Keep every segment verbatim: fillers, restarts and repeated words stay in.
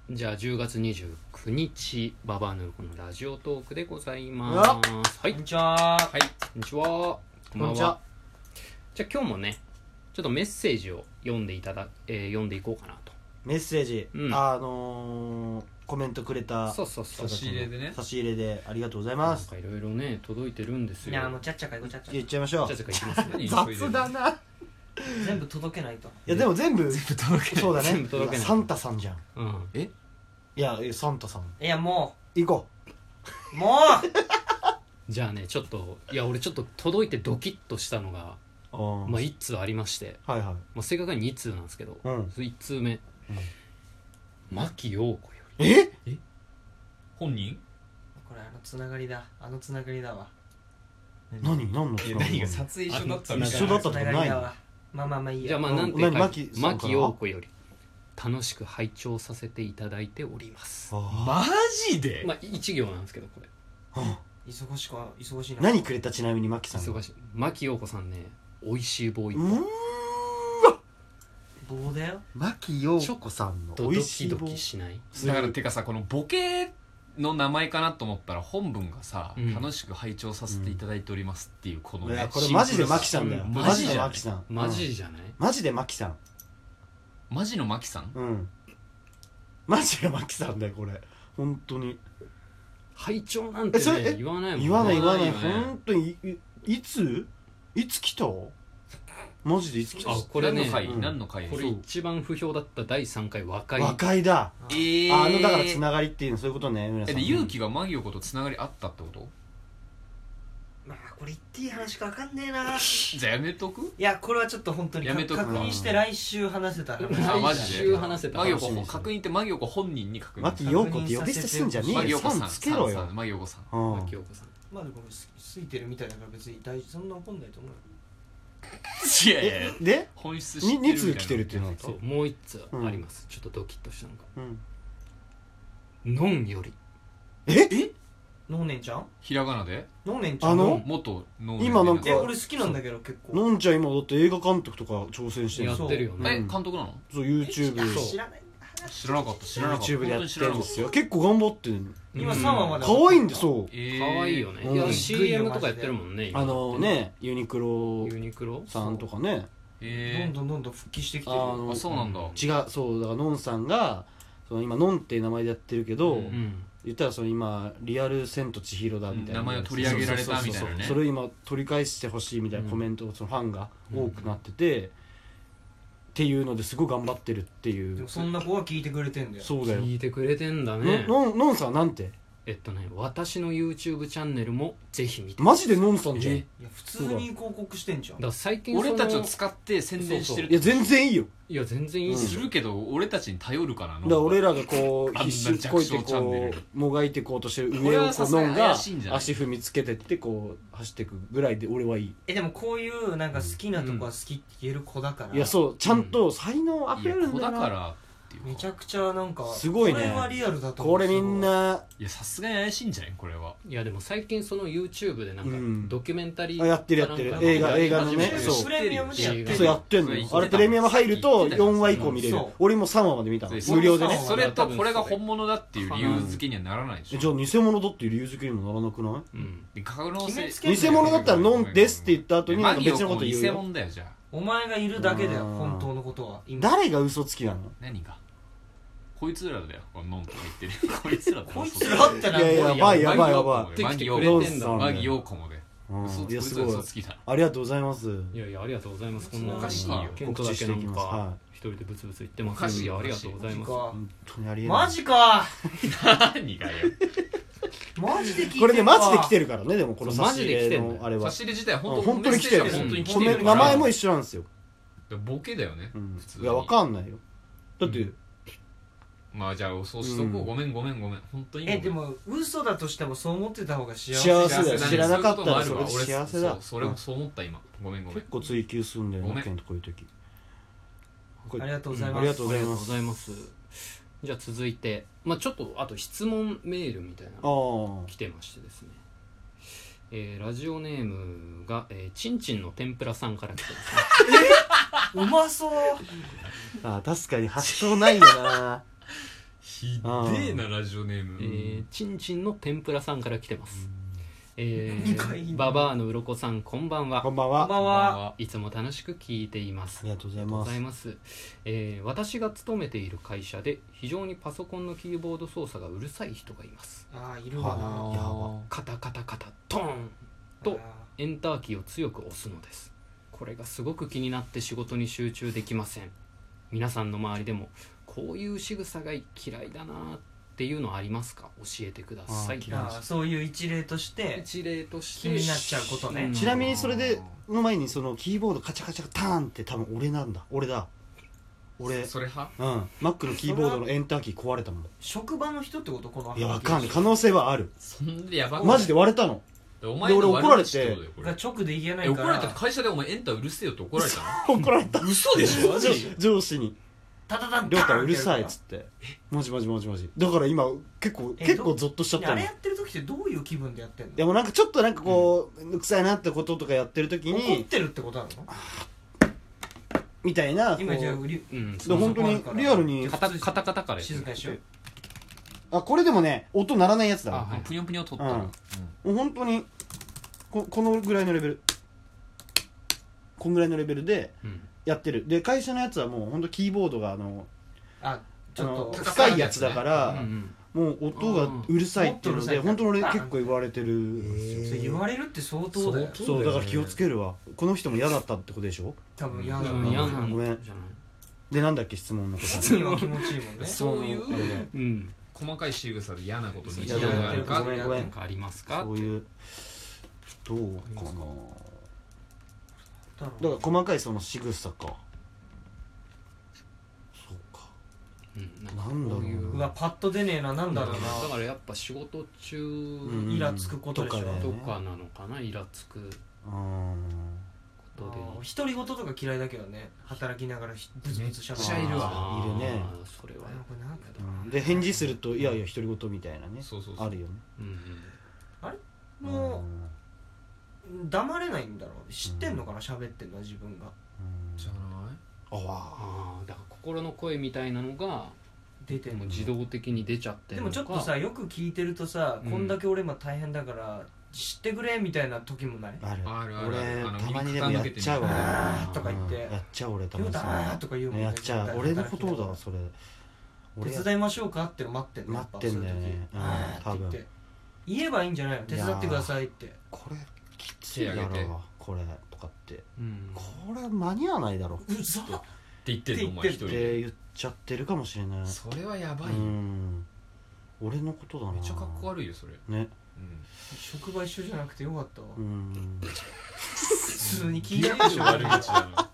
じゃあじゅうがつにじゅうくにちババアヌーコのラジオトークでございます。はい、 こんにちは。 はい、こんにちは。こんばんは。じゃあ今日もねちょっとメッセージを読んでいただ、えー、読んでいこうかなと。 メッセージ、 うん、 あのー、コメントくれたそうそうそう差し入れでね差し入れでありがとうございます。 なんかいろいろね届いてるんですよ。 いやもうちゃっちゃかいこちゃっちゃ言っちゃいましょう。 じゃあじゃあいきますね。 雑だな。い全部届けないと。 やでも全部全部届けそうだね。 全部届けないサンタさんじゃん。 うん。 えいやサンタさんいやも行こうもうじゃあねちょっといや俺ちょっと届いてドキッとしたのがう。あまあいっつうありまして、 はいはい。 まあ、正確にに通なんですけど、 うんそれいっ通目、 うん牧陽子よえ本人これあのつながりだあのつながりだわ。 何何のつながり何が撮影一緒だったみたいな一緒だったとかないつながりだわ。まあまあまあいいや。 りじゃあまあうんなんて書いて何牧さんから牧陽子より楽しく拝聴させていただいております。 あマジで、 まあ一行なんですけどこれあ忙しくは忙しいな。 何くれたちなみにマキさんが忙しい。牧陽子さんね美味しい棒一うーん本棒だよ。 牧陽子さんのとド美味しい棒キドキしないだからてかさこのボケの名前かなと思ったら本文がさ、 うん楽しく拝聴させていただいておりますっていうこのね、 いやこれマジでマキさんだよ。 うんマジでマジじゃんマキさん。 マうんジじゃない、 マジでマキさん。 マジのマキさんうんマジでマキさんだよこれ本当に。 拝聴なんてえそれえね言わないもんね。 言わない言わない言わないよね本当にいいついつ来たマジでいつ来たあこれね何の回、 うん何の回これ一番不評だっただいさんかい和解。 和解だ。 えー、 ああのだからつながりっていうのそういうことね村さん。 えで勇気がマギヨコとつながりあったってこと？ まあこれ言っていい話かわかんねえな。いじゃあやめとく？ やこれはちょっと本当にやめとく確認して来週話せたら。 あマジで来週話せたマギヨ話コ確認ってマギヨコ本人に確認牧陽子って呼び捨てすんじゃねえよ。 マギヨコさんさんつけろよさんさんマギヨコさんうん牧陽子さん。 まあでもすついてるみたいだから別に大事そんな怒んないと思うよ。 いやいやいやえで本質知ってるにに通来てるっていうのはそうもう一つあります、ちょっとドキッとしたのがうんのんよりえのんねんちゃんひらがなでのんねんちゃんあの元の今なんかえ俺好きなんだけど結構。 のんちゃん今だって映画監督とか挑戦してるやってるようんね。 え監督なの？ そう YouTube そう知らない知らなかった知らなかった YouTube でやってるんですよ。結構頑張ってる。 今さんわまで可愛いんでそうえー、 可愛いよね、 うんいや シーエム とかやってるもんね今あのねユニクロユニクロさんとかねどえんどんどんどん復帰してきてるあよ。 のー、あそうなんだ、 違うそうだからのんさんがその今のんっていう名前でやってるけど、 うんうん言ったらその今リアル千と千尋だみたいな、 名前を取り上げられたみたいなねそうそうそうそれを今取り返してほしいみたいなコメントをそのファンが多くなってて、っていうのですごい頑張ってるっていうでもそんな子は聞いてくれてんだよ。 そうだよ。 聞いてくれてんだね。 ののんのんさんなんてえっとね私の YouTube チャンネルもぜひ見て。 マジでのんさんじゃん。 えいいや普通に広告してんじゃん。 だから最近その俺たちを使って宣伝してるや全然いいよ。 いや全然いいっうんすよ、 するけど俺たちに頼るからなだから俺らがこうあんな必死にこいて弱小チャンネこルうもがいてこうとしてるこ上をこれはさすがにうのんが怪しいんじゃない足踏みつけてってこう走っていくぐらいで俺はいい。 えでもこういうなんか好きなとこは好きって言える子だから。 いやそうちゃんと才能あいふれや子だかるんだよな。 らっていうかめちゃくちゃなんかすごいねこれはリアルだと思う。 これみんないやさすがに怪しいんじゃないこれは。 いやでも最近その YouTube でなんかうんドキュメンタリーあやってるやってるかなんか映画映画のねプレそうプレミアムでやってる。 そうやってんのよ。あれプレミアム入るとよんわ以降見れるそう。 俺もさんわまで見たのそれ無料でね。 それとこれが本物だっていう理由付けにはならないでしょ。 えじゃあ偽物だっていう理由付けにもならなくない？ うんで可能性決めつけんなよ偽物だったらノンですって言った後になんか別のこと言う偽よ。 物だよじゃあ。 お前がいるだけだようん本当のことは。今誰が嘘つきなの？ 何がこいつらだよこのノンとか言ってるこいつらだよこいつらってなんいやいややばいやばいやばいマギヨ来てくれてんだコマギヨコもでうん嘘ついやすごい嘘つきだ。 ありがとうございます。 いやいやありがとうございます。こんなおかしいよケントだけなん告知していきますかは一人でブツブツ言ってますおかしいいやありがとうございます。 本当にありえない。 マジか何がよ。 マジで聞いてるわこれねマジで来てるからねでもこのそう差し入れマジで来てんだよのあれは差し入れ自体うん本当本当に来てるメッセージは本当に来このてるから。 名前も一緒なんですよ。 ボケだよねうん普通に。 いやわかんないよ。だってまあじゃあそうしとこう、 うんごめんごめんごめん本当にごめん。 えでも嘘だとしてもそう思ってた方が幸せ幸せだよね知らなかったらそういうこともあるわそれ幸せだ俺そうそれもそう思った今ごめんごめん結構追求するんだよごめんなケントこういう時。これありがとうございます、 ありがとうございますありがとうございます。じゃあ続いてまあちょっとあと質問メールみたいなあのあ来てましてですね。えーラジオネームが、えー、ちんちんの天ぷらさんから来てますね。 うまそう。 あ確かに発想ないよな。 ひでえなラジオネーム、 えー、ちんちんの天ぷらさんから来てます。え二回ー、ババアのうろこさんこんばんは。 こんばんは。 こんばんは。 いつも楽しく聞いています。 ありがとうございありがとうごます。 ざいます。えー私が勤めている会社で非常にパソコンのキーボード操作がうるさい人がいます。 ああいるわな。 はやばカタカタカタトーンとエンターキーを強く押すのです。これがすごく気になって仕事に集中できません。皆さんの周りでもこういう仕草が嫌いだなっていうのありますか？教えてください。 あー嫌いあーそういう一例として一例として気になっちゃうことね。 うんちなみにそれでの前にそのキーボードカチャカチャターンって多分俺なんだ。俺だ。俺それ派うん。Mac のキーボードのエンターキー壊れたもん。 職場の人ってことこのいやわかんない。可能性はある。 そんでやばくマジで割れたの。 お前ので俺怒られて悪口ってことだよこれが直で言えないえから怒られた会社でお前エンターうるせえよって怒られたの怒られた。 嘘でしょ上上司にタタタン 「りょうたタンうるさい」っつってマジマジマジマジだから今結構え結構ゾッとしちゃったの。いあれやってる時ってどういう気分でやってんの？ やもうなんかちょっとなんかこうめんどくさいなってこととかやってる時怒っにてるってことなの？ みたいなこう今じゃあリうんで本当にリアルにカタカタカタから静かにしよう。 あこれでもね音鳴らないやつだあはいぷにょぷにょ取ったら、 うんもう本当にここのぐらいのレベルこんぐらいのレベルでうんやってる。で会社のやつはもう本当キーボードがあのあちょっあのと深いやつだから、 うんうんもう音がうるさいっていうのでうん本当に俺結構言われてるんですよ。 それ言われるって相当だよ。 相当そうだから気をつけるわ。この人も嫌だったってことでしょ。 多分嫌だうん嫌なんごめんじゃない。 でなんだっけ質問のこと次は気持ちいいもんね。 そういうあれねうん。 細かい仕草で嫌なことにいや日常があるかごめんごめんなんかありますか？ そういうどうかな。 だろうだから細かいその仕草か。そうか。 うん。 なんだろうこいううわパッと出ねえな。なんだろうだな。 からやっぱ仕事中うんイラつくことでしょとかねとかなのかな、イラつくうんことで。 あー独り言とか嫌いだけどね。働きながらひブツブツしゃべる。 めっちゃいるわあーいるねそれはあこれなんかうんで返事するといやいや独り言みたいなねそうそうそうあるよね。 うんもうんう黙れないんだろう。知ってんのかな喋ってんの自分がうんじゃないあわああだから心の声みたいなのが出てんの。 もう自動的に出ちゃってでるのか。 もちょっとさよく聞いてるとさ、 うんこんだけ俺今大変だから知ってくれみたいな時もない？ あるあるある俺あのたまにでもやっちゃうわあーとか言ってうんやっちゃう俺た 「よまにだー」とか言うもんね。 やっちゃう俺のことだわそれ俺手伝いましょうかっての待ってんの。 待ってんだよねやっぱそういう時うんあーって言って言えばいいんじゃないの？手伝ってくださいって。 これきついだ手挙げてろうこれとかってうんこれ間に合わないだろうざっって言ってんのお前一人っでて言っちゃってるかもしれないそれはやばういよん俺のことだなめっちゃかっこ悪いよそれねうん職場一緒じゃなくてよかったわ。 うん普通に聞いてるでしょ。 悪口だな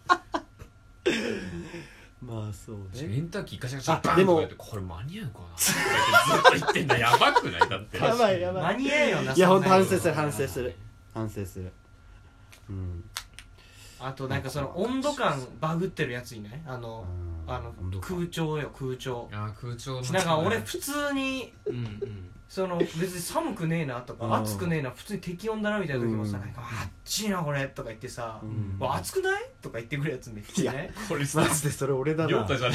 まあそうエねンターキーガシャガシャあでもバンとかやってこれ間に合うかなずっと言ってんだやばくないだってやばいやばい間に合えよな。 いやそんなのほんと反省する反省する反省するうんあとなんかその温度感バグってるやついない？あのあの空調よ空調。 あー空調のなんか俺普通にうんうんその別に寒くねえなとうんか暑くねえな普通に適温だなみたいな時もさ、 うんなんかあっちいなこれとか言ってさ、 うんわ暑くないとか言ってくるやつめっちゃね。 これさマジでそれ俺だな亮太じゃない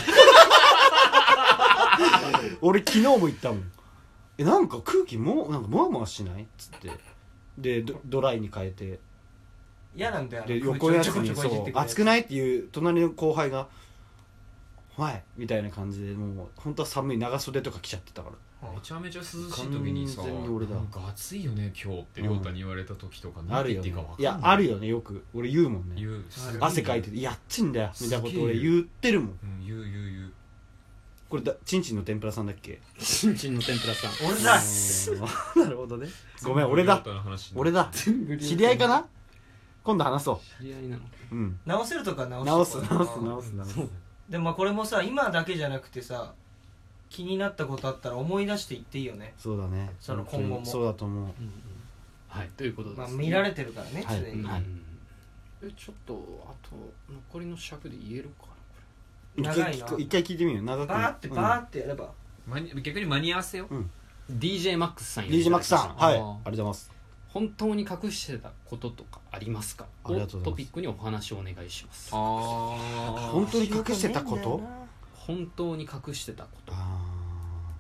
俺昨日も言ったもんえなんか空気もなんかもわもわしないっつってでドドライに変えて嫌なんだよ。 であの横のやつに空調ちょこちょこいじってくるやつそう熱くないっていう隣の後輩が「はい」みたいな感じでもう本当は寒い長袖とか着ちゃってたからめちゃめちゃ涼しい時にさ完全に俺だなんか暑いよね今日って亮太に言われた時とか何てあるよね言っていいか分かんないいやあるよねよく俺言うもんね言うある汗かいてて「やっちんだよ」みたいなことすげえ俺言ってるもんうん言う言う言うこれだちんちんの天ぷらさんだっけちんちんの天ぷらさん俺だ。 うんなるほどねごめん俺だ亮太の話俺だ知り合いかな今度話そ知り合いなのううん直せるとか直直すす直す直す直すでもまあこれもさ今だけじゃなくてさ気になったことあったら思い出していっていいよね。 そうだねその今後もそうだと思ううんうんはいということですまあ見られてるからねはい常に、 はいえちょっとあと残りの尺で言えるかなこ一長いな回聞く一回聞いてみよう長くバーってバーってやれば、 間に逆に間に合わせよれ ディージェー マックスさんよりディージェー マックスさんはいありあーがとうございます本当に隠してたこととかありますかありがとうございますをトピックにお話をお願いしますああ本当に隠してたこと本当に隠してたことあ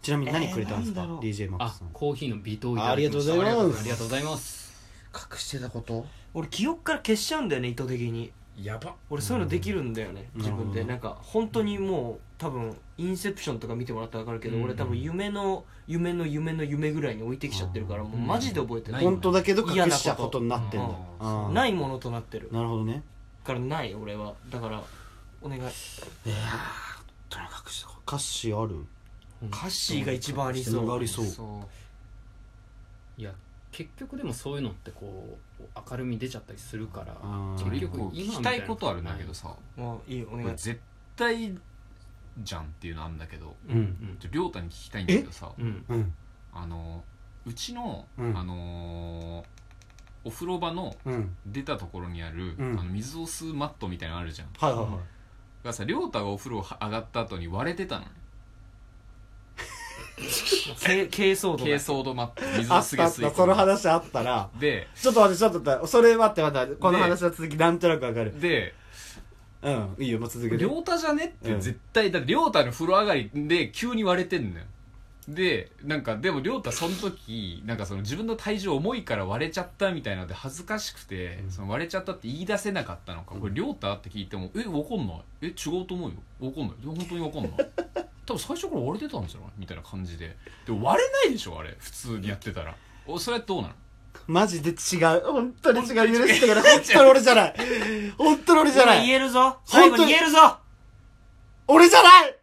ちなみに何くれたんですか、 えーなんだろうディージェー マックあスさん。 コーヒーの微糖いたありがとうございますありがとうございます隠してたこと。 俺記憶から消しちゃうんだよね、意図的に。 やば俺そういうのできるんだよね、 うん自分で。 なるほどなんか本当にもう多分インセプションとか見てもらったら分かるけど、 うん俺多分夢の夢の夢の夢ぐらいに置いてきちゃってるから、もうマジで覚えてない、 本当だけど隠しちゃうことになってんだ。 うんあーないものとなってるなるほどね。 からない俺は。だからお願い。 いやー、とにかくした歌詞ある。 カッシーが一番ありそそううがありそう。 いや結局でもそういうのってこう明るみ出ちゃったりするからあー結局こう聞きたいことあるんだけどさ、 もういいお願い。 これ絶対じゃんっていうのあるんだけど、 うんうんちょ亮太に聞きたいんだけどさ、 うんうんあのうちの、 うんあのーお風呂場のうん出たところにある、 うんあの水を吸うマットみたいなのあるじゃん。 はいはいはい。 がさ亮太がお風呂上がった後に割れてたのね。 け珪藻土珪藻土マット、水あっをすげたあった、そ吸い込むの話あったら。 でちょっと待って、ちょっと待って、それ待って待って、この話の続きなんとなくわかる。 でうん、いいよ、もう続けて。 亮太じゃねってうん絶対、だって亮太の風呂上がりで急に割れてんのよ。でなんかでも亮太その時なんかその自分の体重重いから割れちゃったみたいなので恥ずかしくて、その割れちゃったって言い出せなかったのか、これ亮太って聞いてもえわかんないえ違うと思うよわかんない本当にわかんない多分最初から割れてたんじゃないみたいな感じで。でも割れないでしょあれ普通にやってたら。おそれはどうなの？ マジで違う。本当に違う。許してくれ。本当に俺じゃない。本当に俺じゃない。 今言えるぞ、最後に言えるぞ。 俺じゃない